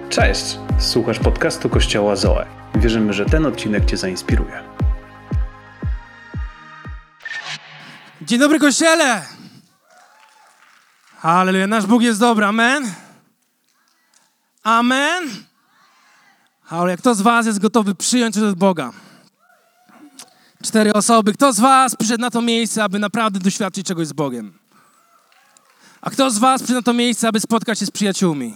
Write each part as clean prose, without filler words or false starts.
Cześć! Słuchasz podcastu Kościoła Zoe. Wierzymy, że ten odcinek Cię zainspiruje. Dzień dobry, Kościele! Halleluja, nasz Bóg jest dobry, amen? Amen? Halleluja, kto z was jest gotowy przyjąć coś od Boga? 4 osoby. Kto z was przyszedł na to miejsce, aby naprawdę doświadczyć czegoś z Bogiem? A kto z was przyszedł na to miejsce, aby spotkać się z przyjaciółmi?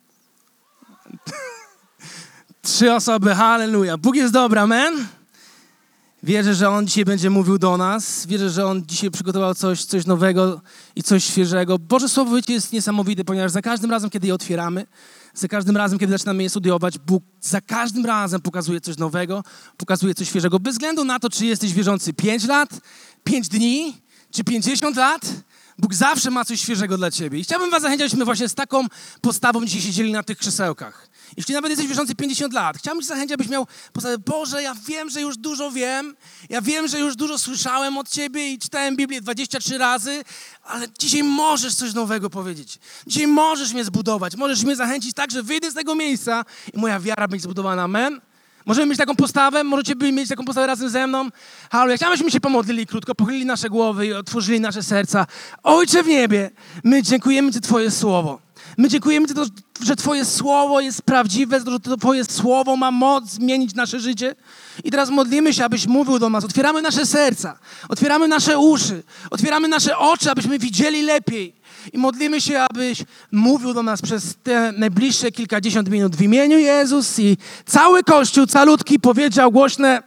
3 osoby, halleluja. Bóg jest dobry, amen? Wierzę, że On dzisiaj będzie mówił do nas. Wierzę, że On dzisiaj przygotował coś nowego i coś świeżego. Boże Słowo jest niesamowite, ponieważ za każdym razem, kiedy je otwieramy, za każdym razem, kiedy zaczynamy je studiować, Bóg za każdym razem pokazuje coś nowego, pokazuje coś świeżego. Bez względu na to, czy jesteś wierzący 5 lat, 5 dni, czy 50 lat, Bóg zawsze ma coś świeżego dla ciebie. I chciałbym was zachęcić, abyśmy właśnie z taką postawą dzisiaj siedzieli na tych krzesełkach. Jeśli nawet jesteś wierzący 50 lat, chciałbym cię zachęcić, abyś miał postawę: Boże, ja wiem, że już dużo wiem, ja wiem, że już dużo słyszałem od Ciebie i czytałem Biblię 23 razy, ale dzisiaj możesz coś nowego powiedzieć. Dzisiaj możesz mnie zbudować, możesz mnie zachęcić tak, że wyjdę z tego miejsca i moja wiara będzie zbudowana. Amen? Możemy mieć taką postawę? Możecie mieć taką postawę razem ze mną? Halleluja. Chciałbym, żebyśmy się pomodlili krótko, pochylili nasze głowy i otworzyli nasze serca. Ojcze w niebie, my dziękujemy Ci za Twoje słowo. My dziękujemy Ci, że Twoje słowo jest prawdziwe, że Twoje słowo ma moc zmienić nasze życie. I teraz modlimy się, abyś mówił do nas. Otwieramy nasze serca, otwieramy nasze uszy, otwieramy nasze oczy, abyśmy widzieli lepiej. I modlimy się, abyś mówił do nas przez te najbliższe kilkadziesiąt minut. W imieniu Jezus i cały Kościół calutki powiedział głośne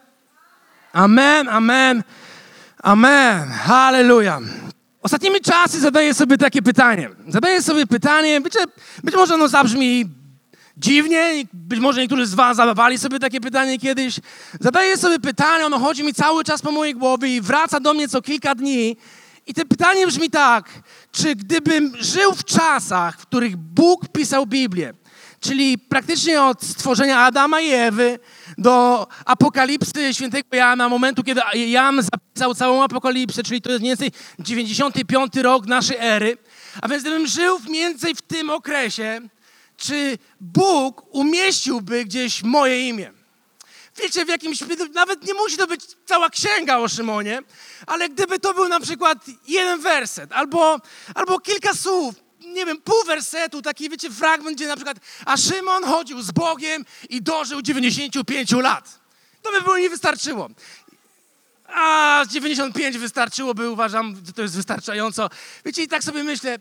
amen, amen, amen. Halleluja. Ostatnimi czasy zadaję sobie takie pytanie. Wiecie, być może ono zabrzmi dziwnie, być może niektórzy z was zadawali sobie takie pytanie kiedyś. Zadaję sobie pytanie, ono chodzi mi cały czas po mojej głowie i wraca do mnie co kilka dni. I to pytanie brzmi tak: czy gdybym żył w czasach, w których Bóg pisał Biblię, czyli praktycznie od stworzenia Adama i Ewy do apokalipsy świętego Jana, momentu, kiedy Jan zapisał całą apokalipsę, czyli to jest mniej więcej 95 rok naszej ery, a więc gdybym żył mniej więcej w tym okresie, czy Bóg umieściłby gdzieś moje imię? Wiecie, w jakimś, nawet nie musi to być cała księga o Szymonie, ale gdyby to był na przykład jeden werset albo kilka słów, nie wiem, pół wersetu, taki, wiecie, fragment, gdzie na przykład a Szymon chodził z Bogiem i dożył 95 lat. To by było nie wystarczyło. A 95 wystarczyłoby, uważam, że to jest wystarczająco. Wiecie, i tak sobie myślę,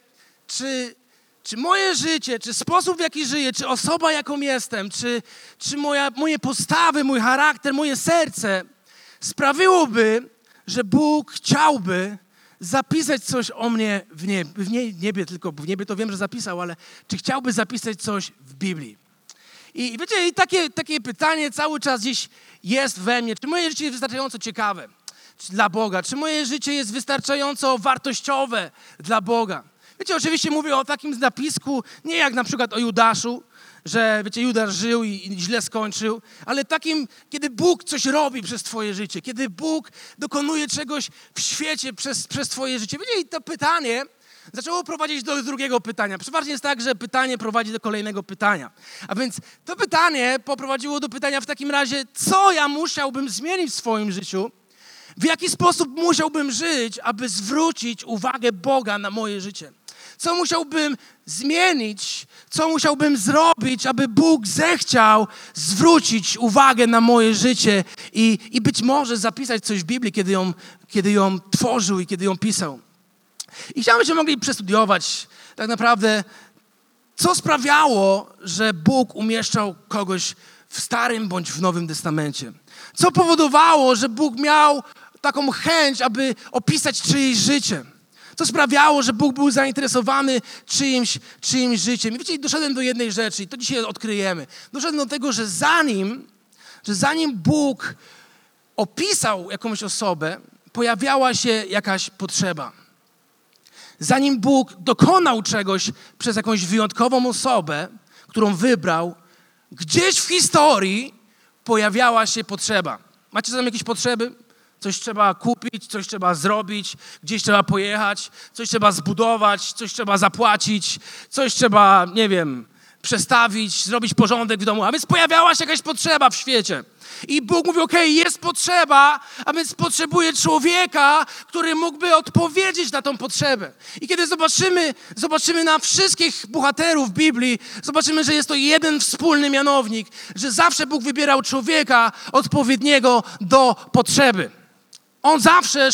czy moje życie, czy sposób, w jaki żyję, czy osoba, jaką jestem, czy moje postawy, mój charakter, moje serce sprawiłoby, że Bóg chciałby zapisać coś o mnie w niebie, tylko w niebie to wiem, że zapisał, ale czy chciałby zapisać coś w Biblii? I wiecie, takie pytanie cały czas gdzieś jest we mnie. Czy moje życie jest wystarczająco ciekawe dla Boga? Czy moje życie jest wystarczająco wartościowe dla Boga? Wiecie, oczywiście mówię o takim napisku, nie jak na przykład o Judaszu, że wiecie, Judasz żył i źle skończył, ale takim, kiedy Bóg coś robi przez twoje życie, kiedy Bóg dokonuje czegoś w świecie przez twoje życie. Wiecie, i to pytanie zaczęło prowadzić do drugiego pytania. Przeważnie jest tak, że pytanie prowadzi do kolejnego pytania. A więc to pytanie poprowadziło do pytania w takim razie, co ja musiałbym zmienić w swoim życiu, w jaki sposób musiałbym żyć, aby zwrócić uwagę Boga na moje życie. Co musiałbym zmienić, co musiałbym zrobić, aby Bóg zechciał zwrócić uwagę na moje życie i być może zapisać coś w Biblii, kiedy ją tworzył i kiedy ją pisał. I chciałbym, żebyśmy mogli przestudiować tak naprawdę, co sprawiało, że Bóg umieszczał kogoś w Starym bądź w Nowym Testamencie. Co powodowało, że Bóg miał taką chęć, aby opisać czyjeś życie. Co sprawiało, że Bóg był zainteresowany czyimś życiem. I wiecie, doszedłem do jednej rzeczy i to dzisiaj odkryjemy. Doszedłem do tego, że zanim Bóg opisał jakąś osobę, pojawiała się jakaś potrzeba. Zanim Bóg dokonał czegoś przez jakąś wyjątkową osobę, którą wybrał, gdzieś w historii pojawiała się potrzeba. Macie tam jakieś potrzeby? Coś trzeba kupić, coś trzeba zrobić, gdzieś trzeba pojechać, coś trzeba zbudować, coś trzeba zapłacić, coś trzeba, nie wiem, przestawić, zrobić porządek w domu. A więc pojawiała się jakaś potrzeba w świecie. I Bóg mówi, okej, jest potrzeba, a więc potrzebuje człowieka, który mógłby odpowiedzieć na tą potrzebę. I kiedy zobaczymy na wszystkich bohaterów Biblii, zobaczymy, że jest to jeden wspólny mianownik, że zawsze Bóg wybierał człowieka odpowiedniego do potrzeby. On zawsze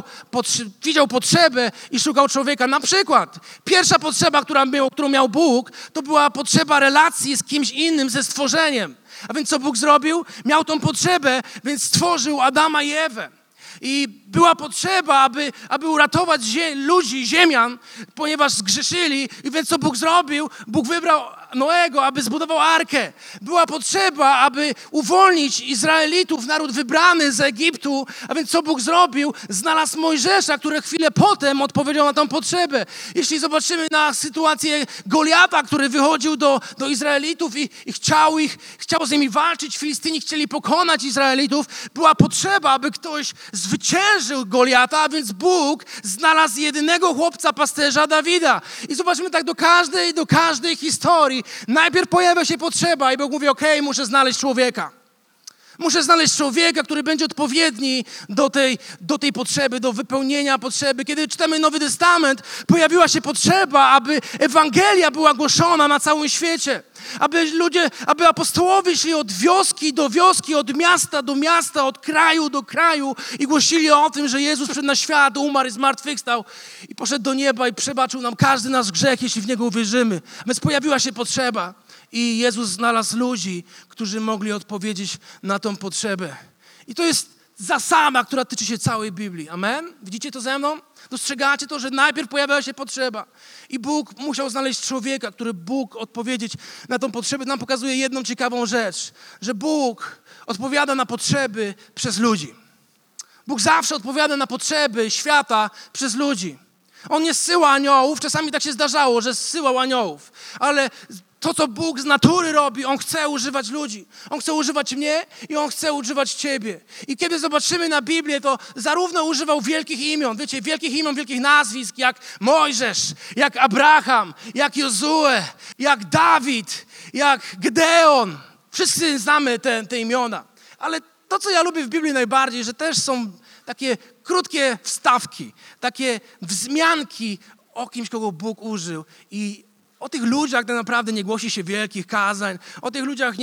widział potrzebę i szukał człowieka. Na przykład pierwsza potrzeba, którą miał Bóg, to była potrzeba relacji z kimś innym, ze stworzeniem. A więc co Bóg zrobił? Miał tą potrzebę, więc stworzył Adama i Ewę. I była potrzeba, aby uratować ludzi, ziemian, ponieważ zgrzeszyli. I więc co Bóg zrobił? Bóg wybrał Noego, aby zbudował arkę. Była potrzeba, aby uwolnić Izraelitów, naród wybrany z Egiptu. A więc co Bóg zrobił? Znalazł Mojżesza, który chwilę potem odpowiedział na tą potrzebę. Jeśli zobaczymy na sytuację Goliata, który wychodził do Izraelitów i chciał z nimi walczyć, Filistyni chcieli pokonać Izraelitów, była potrzeba, aby ktoś zwyciężył Goliata, a więc Bóg znalazł jedynego chłopca, pasterza Dawida. I zobaczymy tak do każdej historii. Najpierw pojawia się potrzeba i Bóg mówi, okej, muszę znaleźć człowieka. Muszę znaleźć człowieka, który będzie odpowiedni do tej potrzeby, do wypełnienia potrzeby. Kiedy czytamy Nowy Testament, pojawiła się potrzeba, aby Ewangelia była głoszona na całym świecie. Aby apostołowie szli od wioski do wioski, od miasta do miasta, od kraju do kraju i głosili o tym, że Jezus przyszedł na świat, umarł i zmartwychwstał i poszedł do nieba i przebaczył nam każdy nasz grzech, jeśli w Niego uwierzymy. A więc pojawiła się potrzeba i Jezus znalazł ludzi, którzy mogli odpowiedzieć na tą potrzebę. I to jest zasada, która tyczy się całej Biblii. Amen? Widzicie to ze mną? Dostrzegacie to, że najpierw pojawiała się potrzeba i Bóg musiał znaleźć człowieka, który mógł odpowiedzieć na tą potrzebę. Nam pokazuje jedną ciekawą rzecz, że Bóg odpowiada na potrzeby przez ludzi. Bóg zawsze odpowiada na potrzeby świata przez ludzi. On nie zsyła aniołów, czasami tak się zdarzało, że zsyłał aniołów, ale to, co Bóg z natury robi, On chce używać ludzi. On chce używać mnie i On chce używać ciebie. I kiedy zobaczymy na Biblię, to zarówno używał wielkich imion, wiecie, wielkich imion, wielkich nazwisk, jak Mojżesz, jak Abraham, jak Jozue, jak Dawid, jak Gedeon. Wszyscy znamy te imiona. Ale to, co ja lubię w Biblii najbardziej, że też są takie krótkie wstawki, takie wzmianki o kimś, kogo Bóg użył. I o tych ludziach tak naprawdę nie głosi się wielkich kazań, o tych ludziach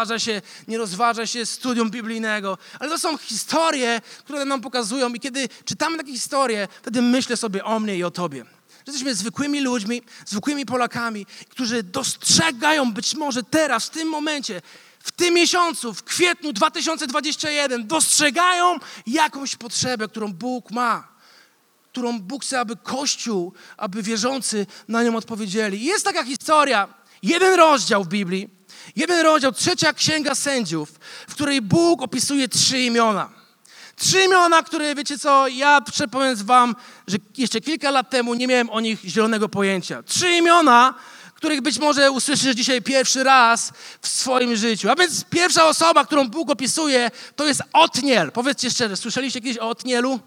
nie rozważa się studium biblijnego, ale to są historie, które nam pokazują i kiedy czytamy takie historie, wtedy myślę sobie o mnie i o tobie. Że jesteśmy zwykłymi ludźmi, zwykłymi Polakami, którzy dostrzegają być może teraz, w tym momencie, w tym miesiącu, w kwietniu 2021, dostrzegają jakąś potrzebę, którą Bóg ma. Którą Bóg chce, aby Kościół, aby wierzący na nią odpowiedzieli. I jest taka historia, jeden rozdział w Biblii, trzecia Księga Sędziów, w której Bóg opisuje 3 imiona. 3 imiona, które, wiecie co, ja przepowiem wam, że jeszcze kilka lat temu nie miałem o nich zielonego pojęcia. 3 imiona, których być może usłyszysz dzisiaj pierwszy raz w swoim życiu. A więc pierwsza osoba, którą Bóg opisuje, to jest Otniel. Powiedzcie szczerze, słyszeliście kiedyś o Otnielu?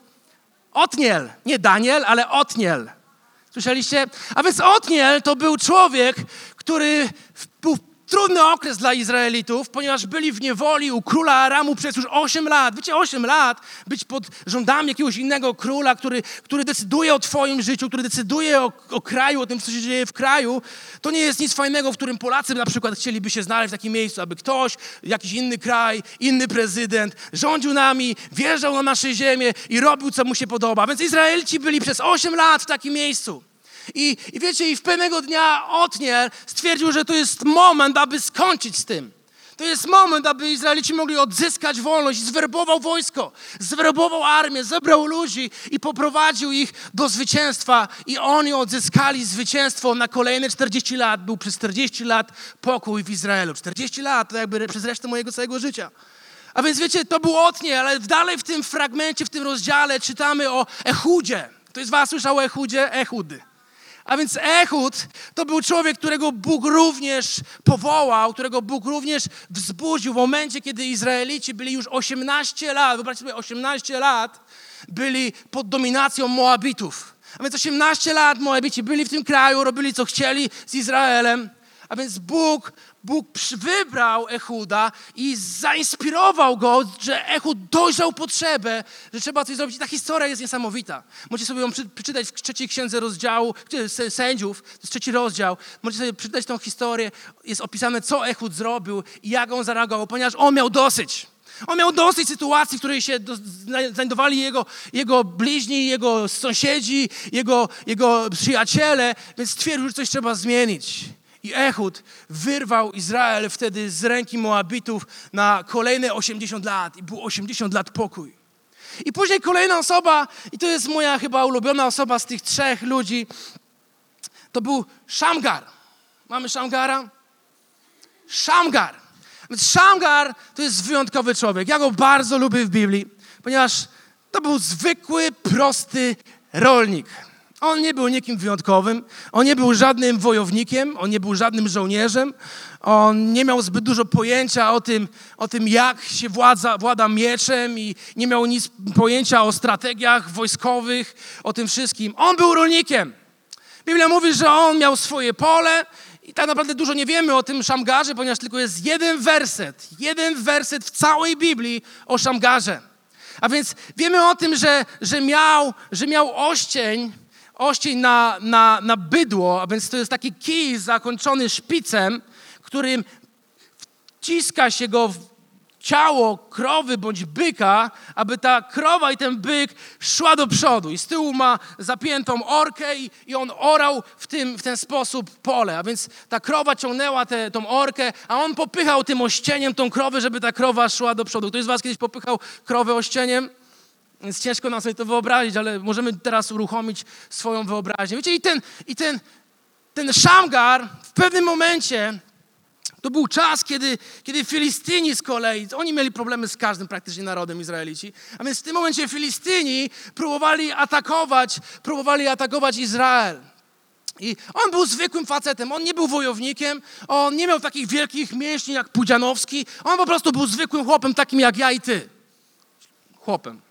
Otniel, nie Daniel, ale Otniel. Słyszeliście? A więc Otniel to był człowiek, który był trudny okres dla Izraelitów, ponieważ byli w niewoli u króla Aramu przez już 8 lat. Wiecie, 8 lat być pod rządami jakiegoś innego króla, który decyduje o twoim życiu, który decyduje o kraju, o tym, co się dzieje w kraju, to nie jest nic fajnego, w którym Polacy na przykład chcieliby się znaleźć w takim miejscu, aby ktoś, jakiś inny kraj, inny prezydent rządził nami, wjeżdżał na nasze ziemię i robił, co mu się podoba. Więc Izraelici byli przez 8 lat w takim miejscu. I wiecie, i w pewnego dnia Otniel stwierdził, że to jest moment, aby skończyć z tym. To jest moment, aby Izraelici mogli odzyskać wolność. Zwerbował wojsko, zwerbował armię, zebrał ludzi i poprowadził ich do zwycięstwa. I oni odzyskali zwycięstwo na kolejne 40 lat. Był przez 40 lat pokój w Izraelu. 40 lat, to jakby przez resztę mojego całego życia. A więc wiecie, to był Otniel, ale dalej w tym fragmencie, w tym rozdziale czytamy o Echudzie. Ktoś z was słyszał o Echudzie? Ehud. A więc Ehud to był człowiek, którego Bóg również powołał, którego Bóg również wzbudził w momencie, kiedy Izraelici byli już 18 lat, wyobraźcie sobie, 18 lat byli pod dominacją Moabitów. A więc 18 lat Moabici byli w tym kraju, robili co chcieli z Izraelem, A więc Bóg wybrał Ehuda i zainspirował go, że Ehud dojrzał potrzebę, że trzeba coś zrobić. I ta historia jest niesamowita. Możecie sobie ją przeczytać w 3 księdze rozdziału Sędziów, to jest 3 rozdział. Możecie sobie przeczytać tą historię. Jest opisane, co Ehud zrobił i jak on zareagował, ponieważ on miał dosyć. On miał dosyć sytuacji, w której się znajdowali jego bliźni, jego sąsiedzi, jego przyjaciele, więc stwierdził, że coś trzeba zmienić. I Ehud wyrwał Izrael wtedy z ręki Moabitów na kolejne 80 lat. I było 80 lat pokój. I później kolejna osoba, i to jest moja chyba ulubiona osoba z tych 3 ludzi, to był Szamgar. Mamy Szamgara? Szamgar. Więc Szamgar to jest wyjątkowy człowiek. Ja go bardzo lubię w Biblii, ponieważ to był zwykły, prosty rolnik. On nie był nikim wyjątkowym, on nie był żadnym wojownikiem, on nie był żadnym żołnierzem, on nie miał zbyt dużo pojęcia o tym jak się włada mieczem i nie miał nic pojęcia o strategiach wojskowych, o tym wszystkim. On był rolnikiem. Biblia mówi, że on miał swoje pole i tak naprawdę dużo nie wiemy o tym Szamgarze, ponieważ tylko jest jeden werset w całej Biblii o Szamgarze. A więc wiemy o tym, że miał oścień na bydło, a więc to jest taki kij zakończony szpicem, którym wciska się go w ciało krowy bądź byka, aby ta krowa i ten byk szła do przodu. I z tyłu ma zapiętą orkę i on orał w ten sposób pole. A więc ta krowa ciągnęła tą orkę, a on popychał tym ościeniem tą krowę, żeby ta krowa szła do przodu. Ktoś z was kiedyś popychał krowę ościeniem? Więc ciężko nam sobie to wyobrazić, ale możemy teraz uruchomić swoją wyobraźnię. Wiecie, i ten Szamgar w pewnym momencie, to był czas, kiedy Filistyni z kolei, oni mieli problemy z każdym praktycznie narodem Izraelici, a więc w tym momencie Filistyni próbowali atakować Izrael. I on był zwykłym facetem, on nie był wojownikiem, on nie miał takich wielkich mięśni jak Pudzianowski, on po prostu był zwykłym chłopem, takim jak ja i ty. Chłopem.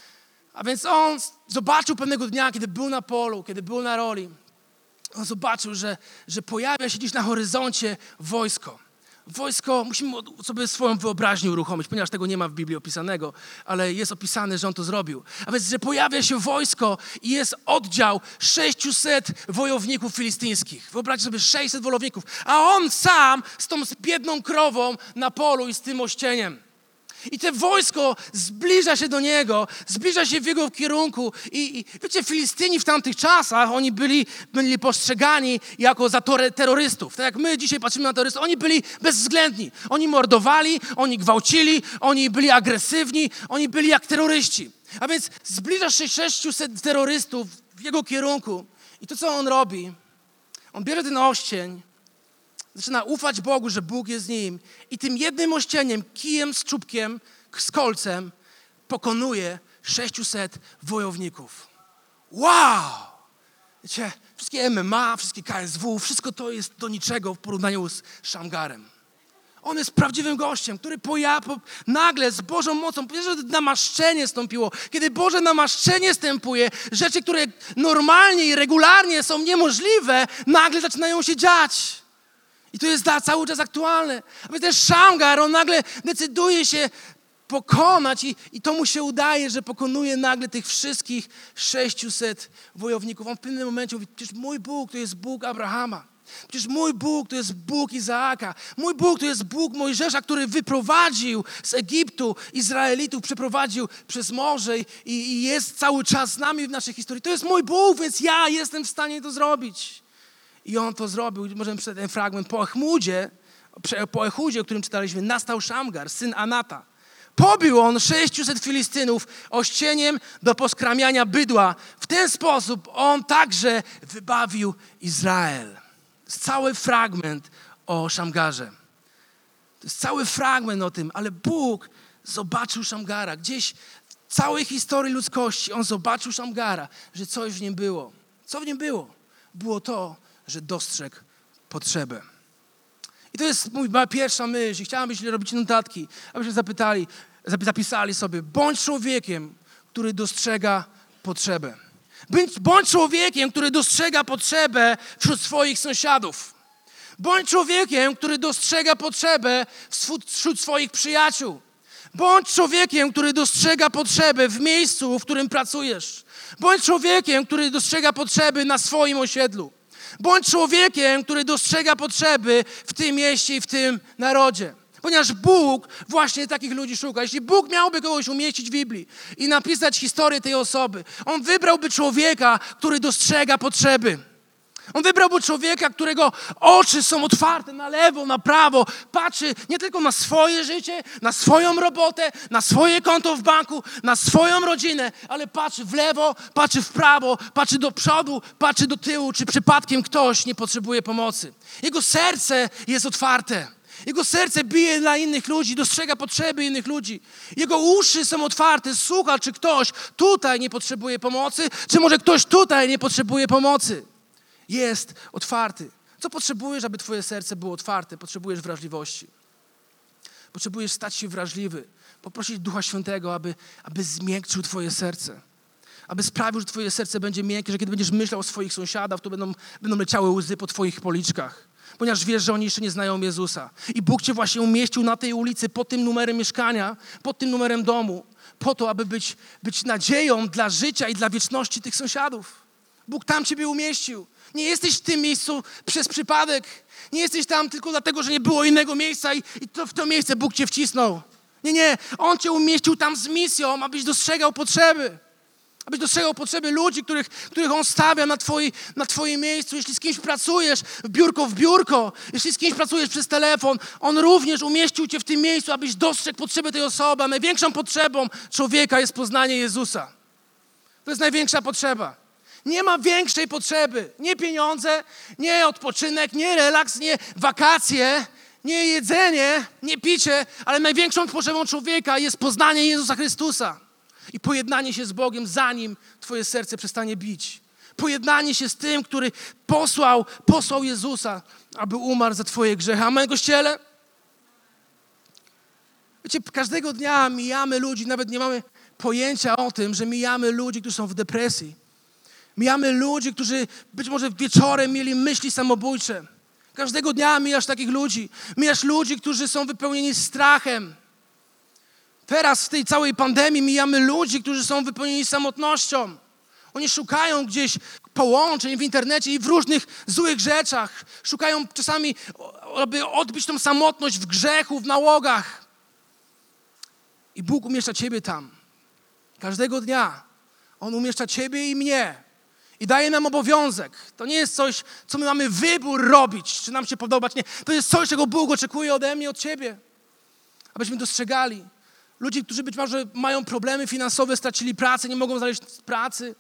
A więc on zobaczył pewnego dnia, kiedy był na polu, kiedy był na roli, on zobaczył, że pojawia się gdzieś na horyzoncie wojsko. Wojsko, musimy sobie swoją wyobraźnię uruchomić, ponieważ tego nie ma w Biblii opisanego, ale jest opisane, że on to zrobił. A więc, że pojawia się wojsko i jest oddział 600 wojowników filistyńskich. Wyobraźcie sobie 600 wojowników, a on sam z tą biedną krową na polu i z tym ościeniem. I to wojsko zbliża się do niego, zbliża się w jego kierunku. I wiecie, Filistyni w tamtych czasach, oni byli postrzegani jako za terrorystów. Tak jak my dzisiaj patrzymy na terrorystów, oni byli bezwzględni. Oni mordowali, oni gwałcili, oni byli agresywni, oni byli jak terroryści. A więc zbliża się 600 terrorystów w jego kierunku. I to, co on robi, on bierze ten oścień, zaczyna ufać Bogu, że Bóg jest z nim i tym jednym ościeniem, kijem z czubkiem, z kolcem pokonuje 600 wojowników. Wow! Wiecie, wszystkie MMA, wszystkie KSW, wszystko to jest do niczego w porównaniu z Szamgarem. On jest prawdziwym gościem, który nagle z Bożą mocą, że namaszczenie stąpiło. Kiedy Boże namaszczenie stępuje, rzeczy, które normalnie i regularnie są niemożliwe, nagle zaczynają się dziać. I to jest cały czas aktualne. A więc ten Szamgar, on nagle decyduje się pokonać i to mu się udaje, że pokonuje nagle tych wszystkich 600 wojowników. On w pewnym momencie mówi, przecież mój Bóg to jest Bóg Abrahama. Przecież mój Bóg to jest Bóg Izaaka. Mój Bóg to jest Bóg Mojżesza, który wyprowadził z Egiptu Izraelitów, przeprowadził przez morze i jest cały czas z nami w naszej historii. To jest mój Bóg, więc ja jestem w stanie to zrobić. I on to zrobił. Możemy przeczytać ten fragment. Po Echudzie, o którym czytaliśmy, nastał Szamgar, syn Anata. Pobił on 600 Filistynów ościeniem do poskramiania bydła. W ten sposób on także wybawił Izrael. To jest cały fragment o Szamgarze. To jest cały fragment o tym, ale Bóg zobaczył Szamgara. Gdzieś w całej historii ludzkości on zobaczył Szamgara, że coś w nim było. Co w nim było? Było to, że dostrzegł potrzebę. I to jest moja pierwsza myśl. Chciałem, jeśli robicie notatki, abyście zapisali sobie, bądź człowiekiem, który dostrzega potrzebę. Bądź człowiekiem, który dostrzega potrzebę wśród swoich sąsiadów. Bądź człowiekiem, który dostrzega potrzebę wśród swoich przyjaciół. Bądź człowiekiem, który dostrzega potrzeby w miejscu, w którym pracujesz. Bądź człowiekiem, który dostrzega potrzeby na swoim osiedlu. Bądź człowiekiem, który dostrzega potrzeby w tym mieście i w tym narodzie. Ponieważ Bóg właśnie takich ludzi szuka. Jeśli Bóg miałby kogoś umieścić w Biblii i napisać historię tej osoby, On wybrałby człowieka, który dostrzega potrzeby. On wybrałby człowieka, którego oczy są otwarte na lewo, na prawo. Patrzy nie tylko na swoje życie, na swoją robotę, na swoje konto w banku, na swoją rodzinę, ale patrzy w lewo, patrzy w prawo, patrzy do przodu, patrzy do tyłu, czy przypadkiem ktoś nie potrzebuje pomocy. Jego serce jest otwarte. Jego serce bije dla innych ludzi, dostrzega potrzeby innych ludzi. Jego uszy są otwarte, słucha, czy ktoś tutaj nie potrzebuje pomocy, czy może ktoś tutaj nie potrzebuje pomocy. Jest otwarty. Co potrzebujesz, aby twoje serce było otwarte? Potrzebujesz wrażliwości. Potrzebujesz stać się wrażliwy. Poprosić Ducha Świętego, aby zmiękczył twoje serce. Aby sprawił, że twoje serce będzie miękkie, że kiedy będziesz myślał o swoich sąsiadach, to będą leciały łzy po twoich policzkach. Ponieważ wiesz, że oni jeszcze nie znają Jezusa. I Bóg cię właśnie umieścił na tej ulicy, pod tym numerem mieszkania, pod tym numerem domu, po to, aby być nadzieją dla życia i dla wieczności tych sąsiadów. Bóg tam ciebie umieścił. Nie jesteś w tym miejscu przez przypadek. Nie jesteś tam tylko dlatego, że nie było innego miejsca i w to miejsce Bóg cię wcisnął. Nie. On cię umieścił tam z misją, abyś dostrzegał potrzeby. Abyś dostrzegał potrzeby ludzi, których On stawia na twoim miejscu. Jeśli z kimś pracujesz w biurko, jeśli z kimś pracujesz przez telefon, On również umieścił cię w tym miejscu, abyś dostrzegł potrzeby tej osoby. A największą potrzebą człowieka jest poznanie Jezusa. To jest największa potrzeba. Nie ma większej potrzeby. Nie pieniądze, nie odpoczynek, nie relaks, nie wakacje, nie jedzenie, nie picie, ale największą potrzebą człowieka jest poznanie Jezusa Chrystusa i pojednanie się z Bogiem, zanim twoje serce przestanie bić. Pojednanie się z tym, który posłał Jezusa, aby umarł za twoje grzechy. Amen, Kościele? Wiecie, każdego dnia mijamy ludzi, nawet nie mamy pojęcia o tym, że mijamy ludzi, którzy są w depresji. Mijamy ludzi, którzy być może wieczorem mieli myśli samobójcze. Każdego dnia mijasz takich ludzi. Mijasz ludzi, którzy są wypełnieni strachem. Teraz w tej całej pandemii mijamy ludzi, którzy są wypełnieni samotnością. Oni szukają gdzieś połączeń w internecie i w różnych złych rzeczach. Szukają czasami, aby odbić tą samotność w grzechu, w nałogach. I Bóg umieszcza ciebie tam. Każdego dnia. On umieszcza ciebie i mnie. I daje nam obowiązek. To nie jest coś, co my mamy wybór robić, czy nam się podobać. Nie. To jest coś, czego Bóg oczekuje ode mnie, od ciebie. Abyśmy dostrzegali. Ludzi, którzy być może mają problemy finansowe, stracili pracę, nie mogą znaleźć pracy.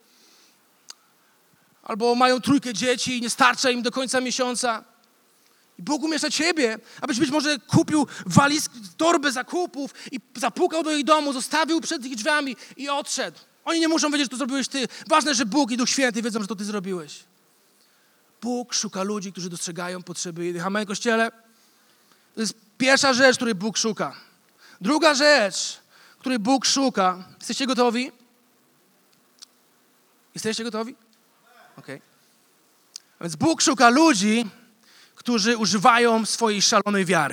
Albo mają 3 dzieci i nie starcza im do końca miesiąca. I Bóg umieszcza ciebie, abyś być może kupił torbę zakupów i zapukał do ich domu, zostawił przed ich drzwiami i odszedł. Oni nie muszą wiedzieć, że to zrobiłeś ty. Ważne, że Bóg i Duch Święty wiedzą, że to ty zrobiłeś. Bóg szuka ludzi, którzy dostrzegają potrzeby innych. Amen, Kościele? To jest pierwsza rzecz, której Bóg szuka. Druga rzecz, której Bóg szuka. Jesteście gotowi? Jesteście gotowi? Okej. A więc Bóg szuka ludzi, którzy używają swojej szalonej wiary.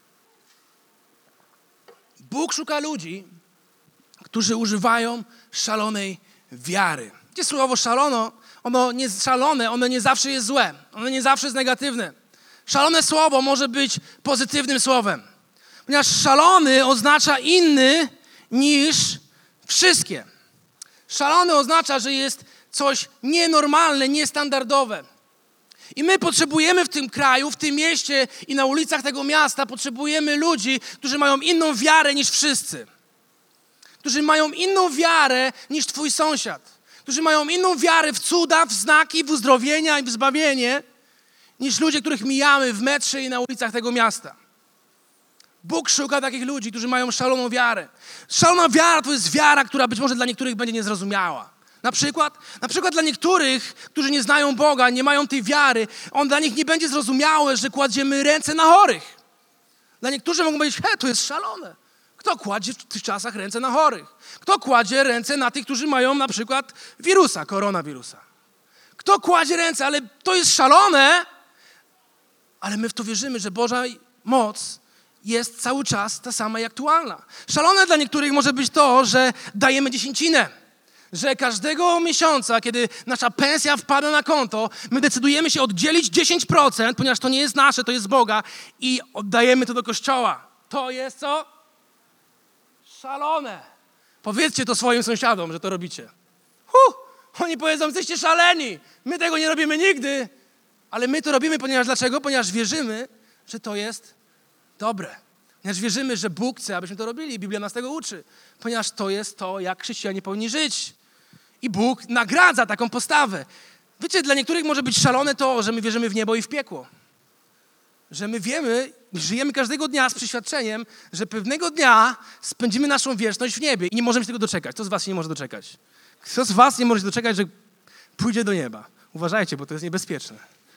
Bóg szuka ludzi, którzy używają szalonej wiary. Gdzie słowo szalone, ono nie zawsze jest złe. Ono nie zawsze jest negatywne. Szalone słowo może być pozytywnym słowem. Ponieważ szalony oznacza inny niż wszystkie. Szalony oznacza, że jest coś nienormalne, niestandardowe. I my potrzebujemy w tym kraju, w tym mieście i na ulicach tego miasta potrzebujemy ludzi, którzy mają inną wiarę niż wszyscy. Którzy mają inną wiarę niż twój sąsiad. Którzy mają inną wiarę w cuda, w znaki, w uzdrowienia i w zbawienie niż ludzie, których mijamy w metrze i na ulicach tego miasta. Bóg szuka takich ludzi, którzy mają szaloną wiarę. Szalona wiara to jest wiara, która być może dla niektórych będzie niezrozumiała. Na przykład dla niektórych, którzy nie znają Boga, nie mają tej wiary, dla nich nie będzie zrozumiałe, że kładziemy ręce na chorych. Dla niektórych mogą powiedzieć, to jest szalone. Kto kładzie w tych czasach ręce na chorych? Kto kładzie ręce na tych, którzy mają na przykład koronawirusa? Kto kładzie ręce? Ale to jest szalone, ale my w to wierzymy, że Boża moc jest cały czas ta sama i aktualna. Szalone dla niektórych może być to, że dajemy dziesięcinę. Że każdego miesiąca, kiedy nasza pensja wpada na konto, my decydujemy się oddzielić 10%, ponieważ to nie jest nasze, to jest Boga i oddajemy to do Kościoła. To jest co? Szalone. Powiedzcie to swoim sąsiadom, że to robicie. Oni powiedzą, jesteście szaleni. My tego nie robimy nigdy, ale my to robimy, dlaczego? Ponieważ wierzymy, że to jest dobre. Ponieważ wierzymy, że Bóg chce, abyśmy to robili. Biblia nas tego uczy. Ponieważ to jest to, jak chrześcijanie powinni żyć. I Bóg nagradza taką postawę. Wiecie, dla niektórych może być szalone to, że my wierzymy w niebo i w piekło. Że my wiemy, żyjemy każdego dnia z przeświadczeniem, że pewnego dnia spędzimy naszą wieczność w niebie i nie możemy się tego doczekać. Kto z was się nie może doczekać? Kto z was nie może się doczekać, że pójdzie do nieba? Uważajcie, bo to jest niebezpieczne.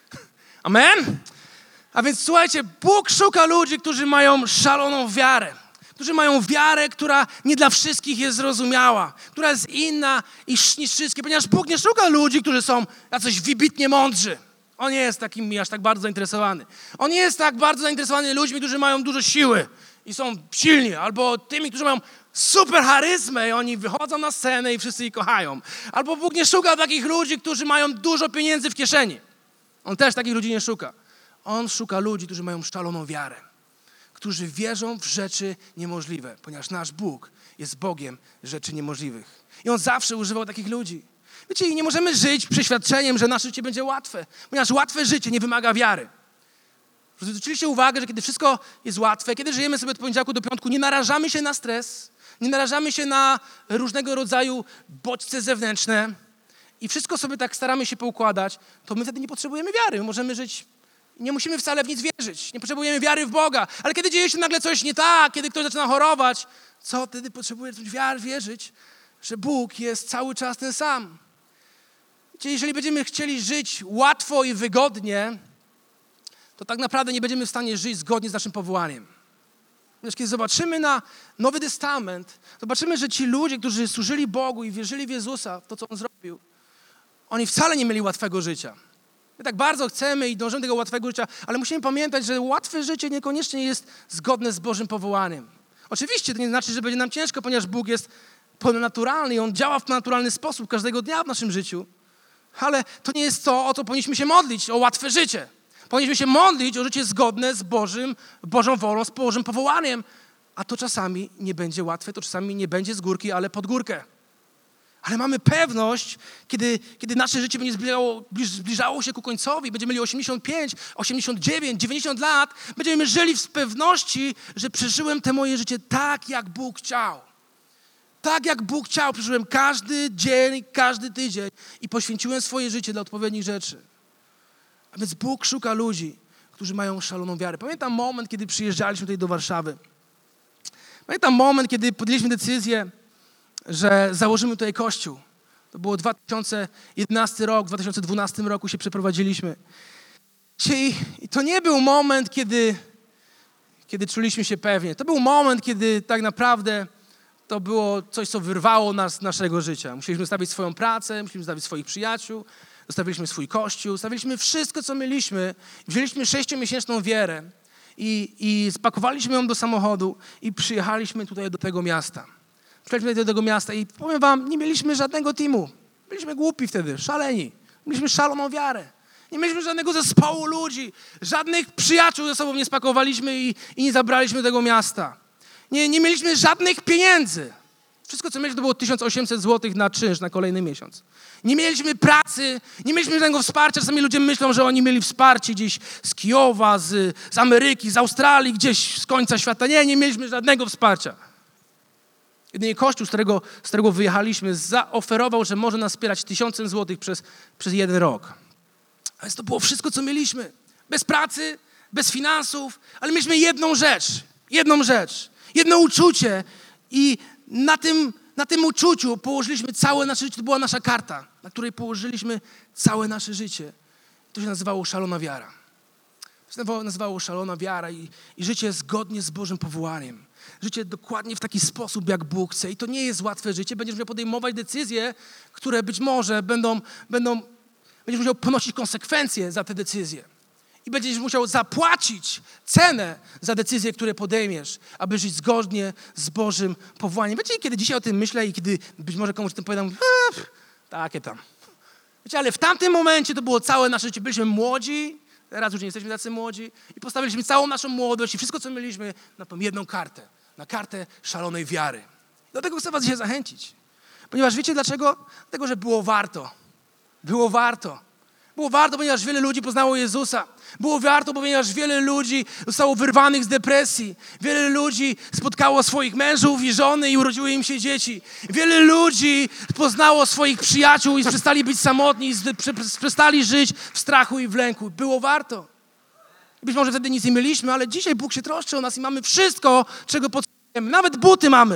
Amen? A więc słuchajcie, Bóg szuka ludzi, którzy mają szaloną wiarę. Którzy mają wiarę, która nie dla wszystkich jest zrozumiała. Która jest inna niż wszystkie. Ponieważ Bóg nie szuka ludzi, którzy są jacyś wybitnie mądrzy. On nie jest takim aż tak bardzo zainteresowany. On nie jest tak bardzo zainteresowany ludźmi, którzy mają dużo siły i są silni. Albo tymi, którzy mają super charyzmę i oni wychodzą na scenę i wszyscy ich kochają. Albo Bóg nie szuka takich ludzi, którzy mają dużo pieniędzy w kieszeni. On też takich ludzi nie szuka. On szuka ludzi, którzy mają szaloną wiarę. Którzy wierzą w rzeczy niemożliwe, ponieważ nasz Bóg jest Bogiem rzeczy niemożliwych. I On zawsze używał takich ludzi. Wiecie, i nie możemy żyć przeświadczeniem, że nasze życie będzie łatwe, ponieważ łatwe życie nie wymaga wiary. Zwróciliście uwagę, że kiedy wszystko jest łatwe, kiedy żyjemy sobie od poniedziałku do piątku, nie narażamy się na stres, nie narażamy się na różnego rodzaju bodźce zewnętrzne i wszystko sobie tak staramy się poukładać, to my wtedy nie potrzebujemy wiary. My możemy żyć, nie musimy wcale w nic wierzyć, nie potrzebujemy wiary w Boga. Ale kiedy dzieje się nagle coś nie tak, kiedy ktoś zaczyna chorować, co wtedy potrzebuje wierzyć, że Bóg jest cały czas ten sam. Wiecie, jeżeli będziemy chcieli żyć łatwo i wygodnie, to tak naprawdę nie będziemy w stanie żyć zgodnie z naszym powołaniem. Ponieważ kiedy zobaczymy na Nowy Testament, zobaczymy, że ci ludzie, którzy służyli Bogu i wierzyli w Jezusa, w to, co On zrobił, oni wcale nie mieli łatwego życia. My tak bardzo chcemy i dążymy do tego łatwego życia, ale musimy pamiętać, że łatwe życie niekoniecznie jest zgodne z Bożym powołaniem. Oczywiście to nie znaczy, że będzie nam ciężko, ponieważ Bóg jest ponadnaturalny i On działa w naturalny sposób każdego dnia w naszym życiu. Ale to nie jest to, o co powinniśmy się modlić, o łatwe życie. Powinniśmy się modlić o życie zgodne z Bożą wolą, z Bożym powołaniem. A to czasami nie będzie łatwe, to czasami nie będzie z górki, ale pod górkę. Ale mamy pewność, kiedy nasze życie będzie zbliżało się ku końcowi, będziemy mieli 85, 89, 90 lat, będziemy żyli w pewności, że przeżyłem te moje życie tak, jak Bóg chciał. Tak, jak Bóg chciał, przeżyłem każdy dzień, każdy tydzień i poświęciłem swoje życie dla odpowiednich rzeczy. A więc Bóg szuka ludzi, którzy mają szaloną wiarę. Pamiętam moment, kiedy przyjeżdżaliśmy tutaj do Warszawy. Pamiętam moment, kiedy podjęliśmy decyzję, że założymy tutaj kościół. To było 2011 rok, w 2012 roku się przeprowadziliśmy. I to nie był moment, kiedy czuliśmy się pewnie. To był moment, kiedy tak naprawdę to było coś, co wyrwało nas z naszego życia. Musieliśmy zostawić swoją pracę, musieliśmy zostawić swoich przyjaciół, zostawiliśmy swój kościół, zostawiliśmy wszystko, co mieliśmy. Wzięliśmy 6-miesięczną wierę i spakowaliśmy ją do samochodu i przyjechaliśmy tutaj do tego miasta. Przyjechaliśmy do tego miasta i powiem wam, nie mieliśmy żadnego teamu. Byliśmy głupi wtedy, szaleni. Mieliśmy szaloną wiarę. Nie mieliśmy żadnego zespołu ludzi, żadnych przyjaciół ze sobą nie spakowaliśmy i nie zabraliśmy do tego miasta. Nie mieliśmy żadnych pieniędzy. Wszystko, co mieliśmy, to było 1800 zł na czynsz na kolejny miesiąc. Nie mieliśmy pracy, nie mieliśmy żadnego wsparcia. Czasami ludzie myślą, że oni mieli wsparcie gdzieś z Kijowa, z Ameryki, z Australii, gdzieś z końca świata. Nie mieliśmy żadnego wsparcia. Jedynie Kościół, z którego wyjechaliśmy, zaoferował, że może nas wspierać 1000 zł przez 1 rok. A więc to było wszystko, co mieliśmy. Bez pracy, bez finansów, ale mieliśmy jedną rzecz, jedno uczucie i na tym uczuciu położyliśmy całe nasze życie. To była nasza karta, na której położyliśmy całe nasze życie. To się nazywało szalona wiara. To się nazywało szalona wiara i życie zgodnie z Bożym powołaniem. Życie dokładnie w taki sposób, jak Bóg chce. I to nie jest łatwe życie. Będziesz musiał podejmować decyzje, które być może będziesz musiał ponosić konsekwencje za te decyzje. I będziesz musiał zapłacić cenę za decyzje, które podejmiesz, aby żyć zgodnie z Bożym powołaniem. Wiecie, kiedy dzisiaj o tym myślę i kiedy być może komuś o tym powiadam, takie tam. Wiecie, ale w tamtym momencie to było całe nasze życie. Byliśmy młodzi, teraz już nie jesteśmy tacy młodzi i postawiliśmy całą naszą młodość i wszystko, co mieliśmy, na tą jedną kartę. Na kartę szalonej wiary. Dlatego chcę was dzisiaj zachęcić. Ponieważ wiecie dlaczego? Dlatego, że było warto. Było warto. Było warto, ponieważ wiele ludzi poznało Jezusa. Było warto, ponieważ wiele ludzi zostało wyrwanych z depresji. Wiele ludzi spotkało swoich mężów i żony i urodziły im się dzieci. Wiele ludzi poznało swoich przyjaciół i przestali być samotni, i przestali żyć w strachu i w lęku. Było warto. Być może wtedy nic nie mieliśmy, ale dzisiaj Bóg się troszczy o nas i mamy wszystko, czego potrzebujemy. Nawet buty mamy.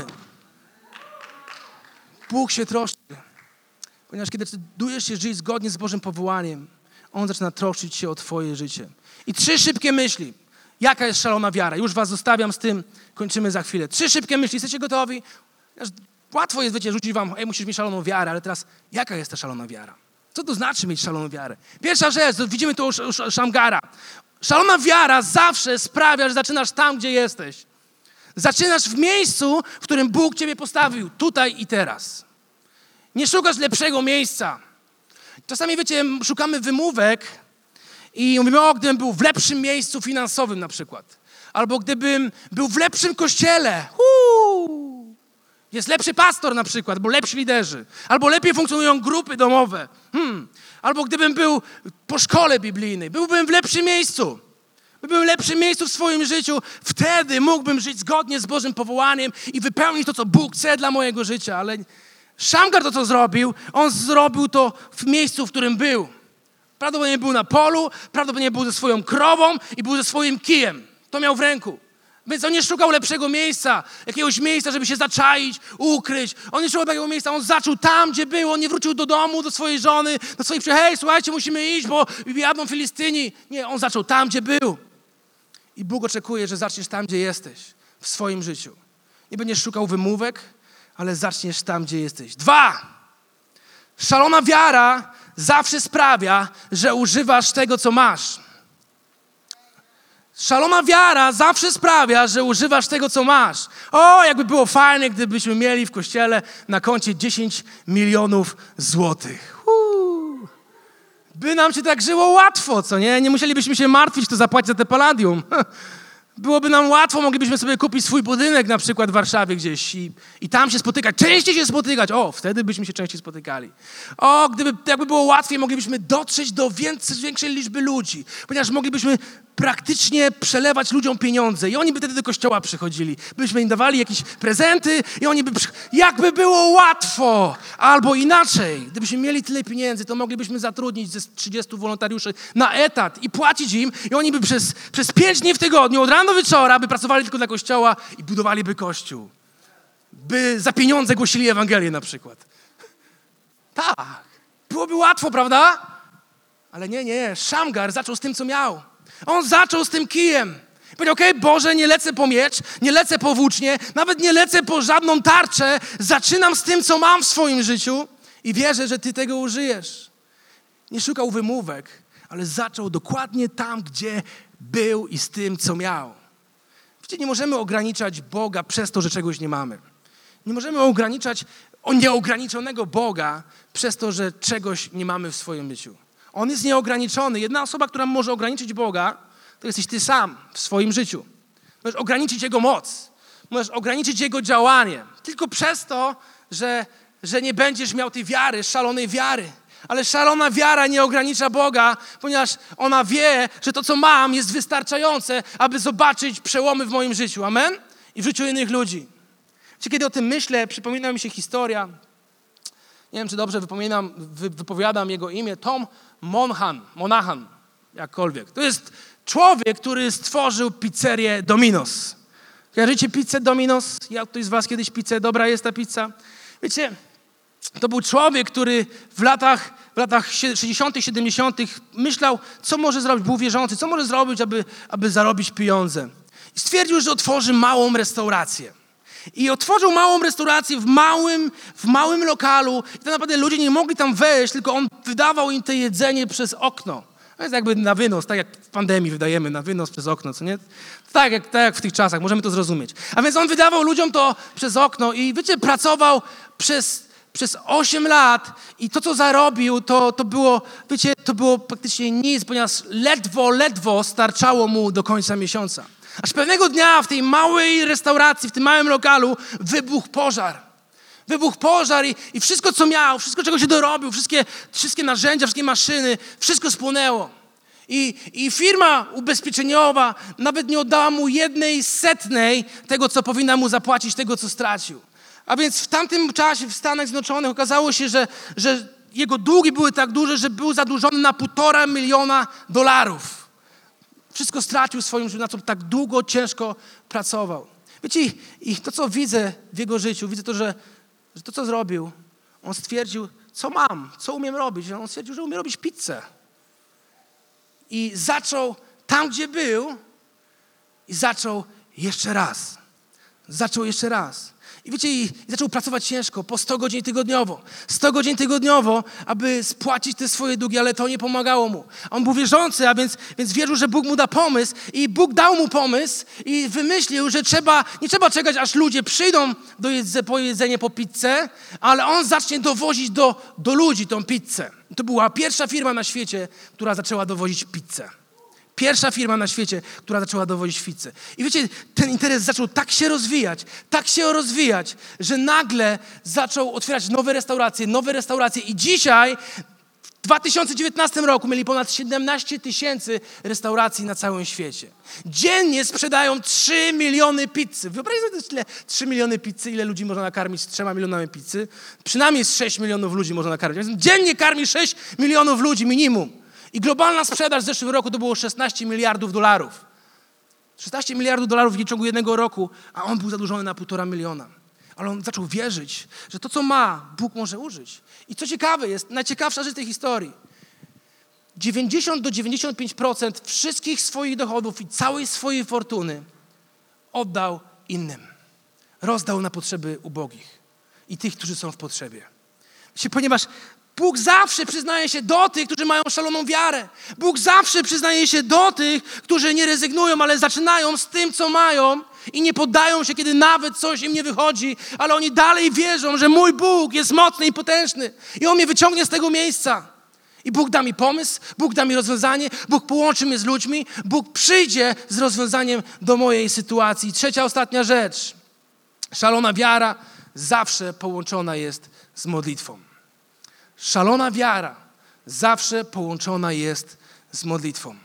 Bóg się troszczy. Ponieważ kiedy decydujesz się żyć zgodnie z Bożym powołaniem, On zaczyna troszczyć się o twoje życie. I 3 szybkie myśli. Jaka jest szalona wiara? Już was zostawiam z tym, kończymy za chwilę. 3 szybkie myśli. Jesteście gotowi? Łatwo jest, wiecie, rzucić wam, musisz mieć szaloną wiarę, ale teraz, jaka jest ta szalona wiara? Co to znaczy mieć szaloną wiarę? Pierwsza rzecz, widzimy tu u Shamgara. Szalona wiara zawsze sprawia, że zaczynasz tam, gdzie jesteś. Zaczynasz w miejscu, w którym Bóg ciebie postawił. Tutaj i teraz. Nie szukasz lepszego miejsca. Czasami, wiecie, szukamy wymówek i mówimy, gdybym był w lepszym miejscu finansowym na przykład. Albo gdybym był w lepszym kościele. Jest lepszy pastor na przykład, albo lepsi liderzy. Albo lepiej funkcjonują grupy domowe. Albo gdybym był po szkole biblijnej. Byłbym w lepszym miejscu. Byłbym w lepszym miejscu w swoim życiu. Wtedy mógłbym żyć zgodnie z Bożym powołaniem i wypełnić to, co Bóg chce dla mojego życia. Ale Shamgar to, co zrobił, on zrobił to w miejscu, w którym był. Prawdopodobnie był na polu, prawdopodobnie był ze swoją krową i był ze swoim kijem. To miał w ręku. Więc on nie szukał lepszego miejsca, jakiegoś miejsca, żeby się zaczaić, ukryć. On nie szukał takiego miejsca, on zaczął tam, gdzie był. On nie wrócił do domu, do swojej żony, do swoich przyjaciół. Hej, słuchajcie, musimy iść, bo jadą Filistyni. Nie, on zaczął tam, gdzie był. I Bóg oczekuje, że zaczniesz tam, gdzie jesteś w swoim życiu. Nie będziesz szukał wymówek, ale zaczniesz tam, gdzie jesteś. 2. Szalona wiara zawsze sprawia, że używasz tego, co masz. Szalona wiara zawsze sprawia, że używasz tego, co masz. Jakby było fajnie, gdybyśmy mieli w kościele na koncie 10 milionów złotych. By nam się tak żyło łatwo, co nie? Nie musielibyśmy się martwić, kto zapłaci za te Palladium. Byłoby nam łatwo, moglibyśmy sobie kupić swój budynek na przykład w Warszawie gdzieś i tam się spotykać, częściej się spotykać. Wtedy byśmy się częściej spotykali. Jakby było łatwiej, moglibyśmy dotrzeć do większej liczby ludzi, ponieważ moglibyśmy praktycznie przelewać ludziom pieniądze i oni by wtedy do kościoła przychodzili. Byśmy im dawali jakieś prezenty i oni by jakby było łatwo! Albo inaczej, gdybyśmy mieli tyle pieniędzy, to moglibyśmy zatrudnić ze 30 wolontariuszy na etat i płacić im i oni by przez 5 dni w tygodniu, od rana do wieczora, by pracowali tylko dla kościoła i budowaliby kościół. By za pieniądze głosili Ewangelię na przykład. Tak. Byłoby łatwo, prawda? Ale nie. Shamgar zaczął z tym, co miał. On zaczął z tym kijem. Powiedział, Boże, nie lecę po miecz, nie lecę po włócznie, nawet nie lecę po żadną tarczę. Zaczynam z tym, co mam w swoim życiu i wierzę, że Ty tego użyjesz. Nie szukał wymówek, ale zaczął dokładnie tam, gdzie był i z tym, co miał. Wiecie, nie możemy ograniczać Boga przez to, że czegoś nie mamy. Nie możemy ograniczać nieograniczonego Boga przez to, że czegoś nie mamy w swoim życiu. On jest nieograniczony. Jedna osoba, która może ograniczyć Boga, to jesteś ty sam w swoim życiu. Możesz ograniczyć Jego moc. Możesz ograniczyć Jego działanie. Tylko przez to, że nie będziesz miał tej wiary, szalonej wiary. Ale szalona wiara nie ogranicza Boga, ponieważ ona wie, że to, co mam, jest wystarczające, aby zobaczyć przełomy w moim życiu. Amen? I w życiu innych ludzi. Wiecie, kiedy o tym myślę, przypomina mi się historia. Nie wiem, czy dobrze wypowiadam jego imię. Tom Monahan, jakkolwiek. To jest człowiek, który stworzył pizzerię Domino's. Kojarzycie pizzę Domino's? Ktoś z was kiedyś pizzę? Dobra jest ta pizza? Wiecie, to był człowiek, który w latach 60., 70. myślał, co może zrobić. Był wierzący, co może zrobić, aby zarobić pieniądze. I stwierdził, że otworzy małą restaurację. I otworzył małą restaurację w małym lokalu. I tak naprawdę ludzie nie mogli tam wejść, tylko on wydawał im to jedzenie przez okno. To jest jakby na wynos, tak jak w pandemii wydajemy na wynos przez okno, co nie? Tak jak w tych czasach, możemy to zrozumieć. A więc on wydawał ludziom to przez okno i wiecie, pracował przez 8 lat i to, co zarobił, to było, wiecie, to było praktycznie nic, ponieważ ledwo starczało mu do końca miesiąca. Aż pewnego dnia w tej małej restauracji, w tym małym lokalu wybuchł pożar. Wybuchł pożar i wszystko, co miał, wszystko, czego się dorobił, wszystkie narzędzia, wszystkie maszyny, wszystko spłonęło. I firma ubezpieczeniowa nawet nie oddała mu 1/100 tego, co powinna mu zapłacić, tego, co stracił. A więc w tamtym czasie w Stanach Zjednoczonych okazało się, że jego długi były tak duże, że był zadłużony na $1,5 miliona. Wszystko stracił w swoim życiu, na co tak długo, ciężko pracował. Wiecie, i to, co widzę w jego życiu, widzę to, że to, co zrobił, on stwierdził, co umiem robić. On stwierdził, że umie robić pizzę. I zaczął tam, gdzie był i zaczął jeszcze raz. I wiecie, i zaczął pracować ciężko, po 100 godzin tygodniowo. 100 godzin tygodniowo, aby spłacić te swoje długi, ale to nie pomagało mu. On był wierzący, a więc wierzył, że Bóg mu da pomysł i Bóg dał mu pomysł i wymyślił, że nie trzeba czekać, aż ludzie przyjdą po jedzenie, po pizzę, ale on zacznie dowozić do ludzi tą pizzę. To była pierwsza firma na świecie, która zaczęła dowozić pizzę. Pierwsza firma na świecie, która zaczęła dowozić pizzę. I wiecie, ten interes zaczął tak się rozwijać, że nagle zaczął otwierać nowe restauracje i dzisiaj w 2019 roku mieli ponad 17 000 restauracji na całym świecie. Dziennie sprzedają 3 miliony pizzy. Wyobraźcie sobie 3 miliony pizzy, ile ludzi można nakarmić z 3 milionami pizzy? Przynajmniej z 6 milionów ludzi można nakarmić. Dziennie karmi 6 milionów ludzi minimum. I globalna sprzedaż w zeszłym roku to było $16 miliardów. $16 miliardów w ciągu jednego roku, a on był zadłużony na 1,5 miliona. Ale on zaczął wierzyć, że to, co ma, Bóg może użyć. I co ciekawe jest, najciekawsza rzecz tej historii, 90-95% wszystkich swoich dochodów i całej swojej fortuny oddał innym. Rozdał na potrzeby ubogich i tych, którzy są w potrzebie. Ponieważ Bóg zawsze przyznaje się do tych, którzy mają szaloną wiarę. Bóg zawsze przyznaje się do tych, którzy nie rezygnują, ale zaczynają z tym, co mają i nie poddają się, kiedy nawet coś im nie wychodzi, ale oni dalej wierzą, że mój Bóg jest mocny i potężny i On mnie wyciągnie z tego miejsca. I Bóg da mi pomysł, Bóg da mi rozwiązanie, Bóg połączy mnie z ludźmi, Bóg przyjdzie z rozwiązaniem do mojej sytuacji. Trzecia, ostatnia rzecz. Szalona wiara zawsze połączona jest z modlitwą. Szalona wiara zawsze połączona jest z modlitwą.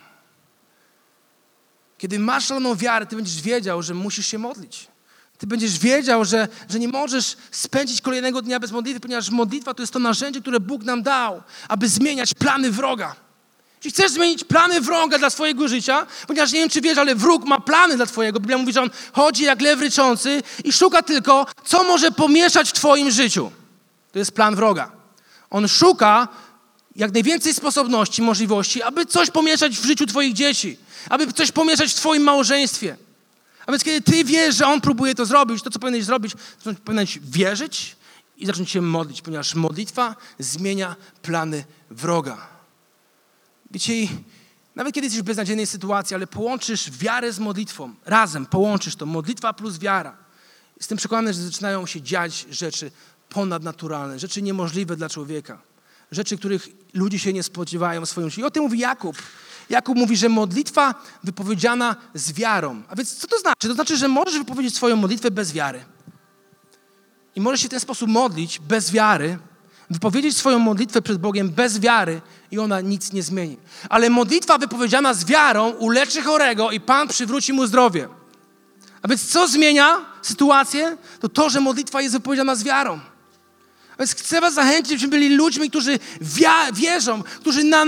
Kiedy masz szaloną wiarę, ty będziesz wiedział, że musisz się modlić. Ty będziesz wiedział, że nie możesz spędzić kolejnego dnia bez modlitwy, ponieważ modlitwa to jest to narzędzie, które Bóg nam dał, aby zmieniać plany wroga. Jeśli chcesz zmienić plany wroga dla swojego życia, ponieważ nie wiem, czy wiesz, ale wróg ma plany dla twojego. Biblia mówi, że on chodzi jak lew ryczący i szuka tylko, co może pomieszać w twoim życiu. To jest plan wroga. On szuka jak najwięcej sposobności, możliwości, aby coś pomieszać w życiu twoich dzieci, aby coś pomieszać w twoim małżeństwie. A więc kiedy ty wiesz, że on próbuje to zrobić, to co powinieneś zrobić, to powinieneś wierzyć i zacząć się modlić, ponieważ modlitwa zmienia plany wroga. Wiecie, nawet kiedy jesteś w beznadziejnej sytuacji, ale połączysz wiarę z modlitwą, razem połączysz to, modlitwa plus wiara. Jestem przekonany, że zaczynają się dziać rzeczy ponadnaturalne, rzeczy niemożliwe dla człowieka, rzeczy, których ludzie się nie spodziewają w swoim życiu. I o tym mówi Jakub. Jakub mówi, że modlitwa wypowiedziana z wiarą. A więc co to znaczy? To znaczy, że możesz wypowiedzieć swoją modlitwę bez wiary. I możesz się w ten sposób modlić bez wiary, wypowiedzieć swoją modlitwę przed Bogiem bez wiary i ona nic nie zmieni. Ale modlitwa wypowiedziana z wiarą uleczy chorego i Pan przywróci mu zdrowie. A więc co zmienia sytuację? To, że modlitwa jest wypowiedziana z wiarą. A więc chcę was zachęcić, żebyśmy byli ludźmi, którzy wierzą, którzy na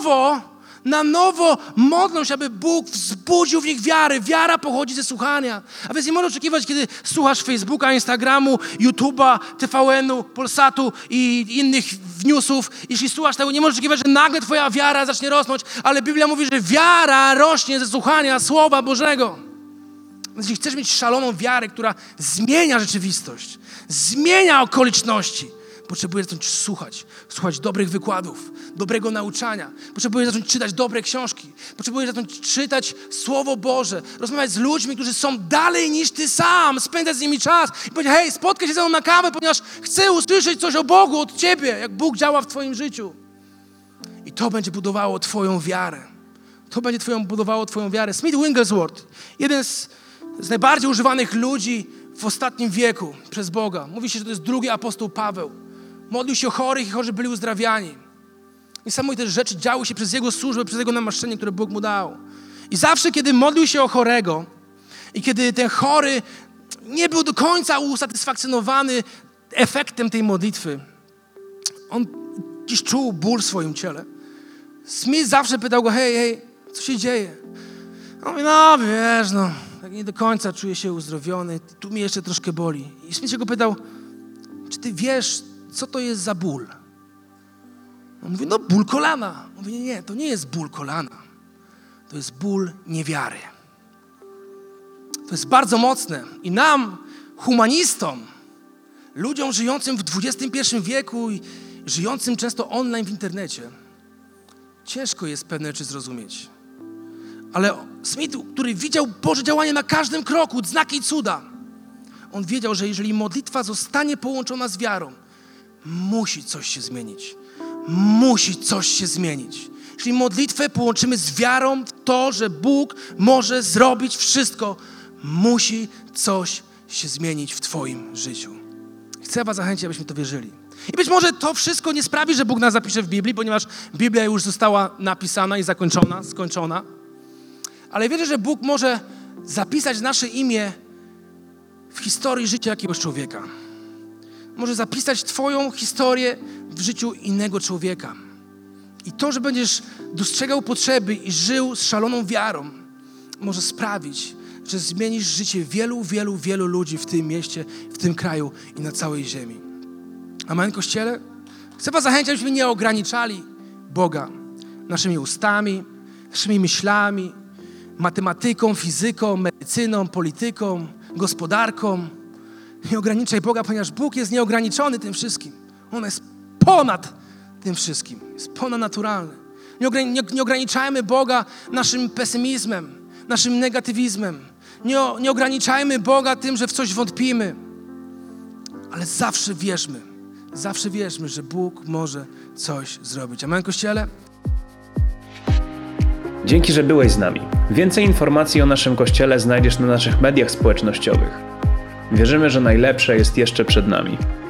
nowo modlą się, aby Bóg wzbudził w nich wiarę. Wiara pochodzi ze słuchania. A więc nie możesz oczekiwać, kiedy słuchasz Facebooka, Instagramu, YouTube'a, TVN-u, Polsatu i innych newsów. Jeśli słuchasz tego, nie możesz oczekiwać, że nagle twoja wiara zacznie rosnąć, ale Biblia mówi, że wiara rośnie ze słuchania Słowa Bożego. Więc jeśli chcesz mieć szaloną wiarę, która zmienia rzeczywistość, zmienia okoliczności, Potrzebujesz zacząć słuchać dobrych wykładów, dobrego nauczania. Potrzebujesz zacząć czytać dobre książki. Potrzebujesz zacząć czytać Słowo Boże, rozmawiać z ludźmi, którzy są dalej niż ty sam, spędzać z nimi czas i powiedzieć, hej, spotkaj się ze mną na kawę, ponieważ chcę usłyszeć coś o Bogu od ciebie, jak Bóg działa w twoim życiu. I to będzie budowało twoją wiarę. To będzie budowało twoją wiarę. Smith Wigglesworth, jeden z najbardziej używanych ludzi w ostatnim wieku przez Boga. Mówi się, że to jest drugi apostoł Paweł. Modlił się o chorych i chorzy byli uzdrawiani. Niesamowite rzeczy działy się przez jego służbę, przez jego namaszczenie, które Bóg mu dał. I zawsze, kiedy modlił się o chorego i kiedy ten chory nie był do końca usatysfakcjonowany efektem tej modlitwy, on dziś czuł ból w swoim ciele. Smith zawsze pytał go, hej, co się dzieje? On mówi, tak nie do końca czuję się uzdrowiony, tu mnie jeszcze troszkę boli. I Smith się go pytał, czy ty wiesz, co to jest za ból? On mówi, ból kolana. On mówi, nie, to nie jest ból kolana. To jest ból niewiary. To jest bardzo mocne. I nam, humanistom, ludziom żyjącym w XXI wieku i żyjącym często online w internecie, ciężko jest pewne rzeczy zrozumieć. Ale Smith, który widział Boże działanie na każdym kroku, znaki i cuda, on wiedział, że jeżeli modlitwa zostanie połączona z wiarą, musi coś się zmienić. Musi coś się zmienić. Jeżeli modlitwę połączymy z wiarą w to, że Bóg może zrobić wszystko, musi coś się zmienić w twoim życiu. Chcę was zachęcić, abyśmy to wierzyli. I być może to wszystko nie sprawi, że Bóg nas zapisze w Biblii, ponieważ Biblia już została napisana i skończona. Ale wierzę, że Bóg może zapisać nasze imię w historii życia jakiegoś człowieka. Może zapisać twoją historię w życiu innego człowieka. I to, że będziesz dostrzegał potrzeby i żył z szaloną wiarą, może sprawić, że zmienisz życie wielu ludzi w tym mieście, w tym kraju i na całej ziemi. Amen, Kościele? Chcę was zachęcić, abyśmy nie ograniczali Boga naszymi ustami, naszymi myślami, matematyką, fizyką, medycyną, polityką, gospodarką. Nie ograniczaj Boga, ponieważ Bóg jest nieograniczony tym wszystkim. On jest ponad tym wszystkim. Jest ponadnaturalny. Nie ograniczajmy Boga naszym pesymizmem, naszym negatywizmem. Nie ograniczajmy Boga tym, że w coś wątpimy. Ale zawsze wierzmy, że Bóg może coś zrobić. Amen, Kościele? Dzięki, że byłeś z nami. Więcej informacji o naszym Kościele znajdziesz na naszych mediach społecznościowych. Wierzymy, że najlepsze jest jeszcze przed nami.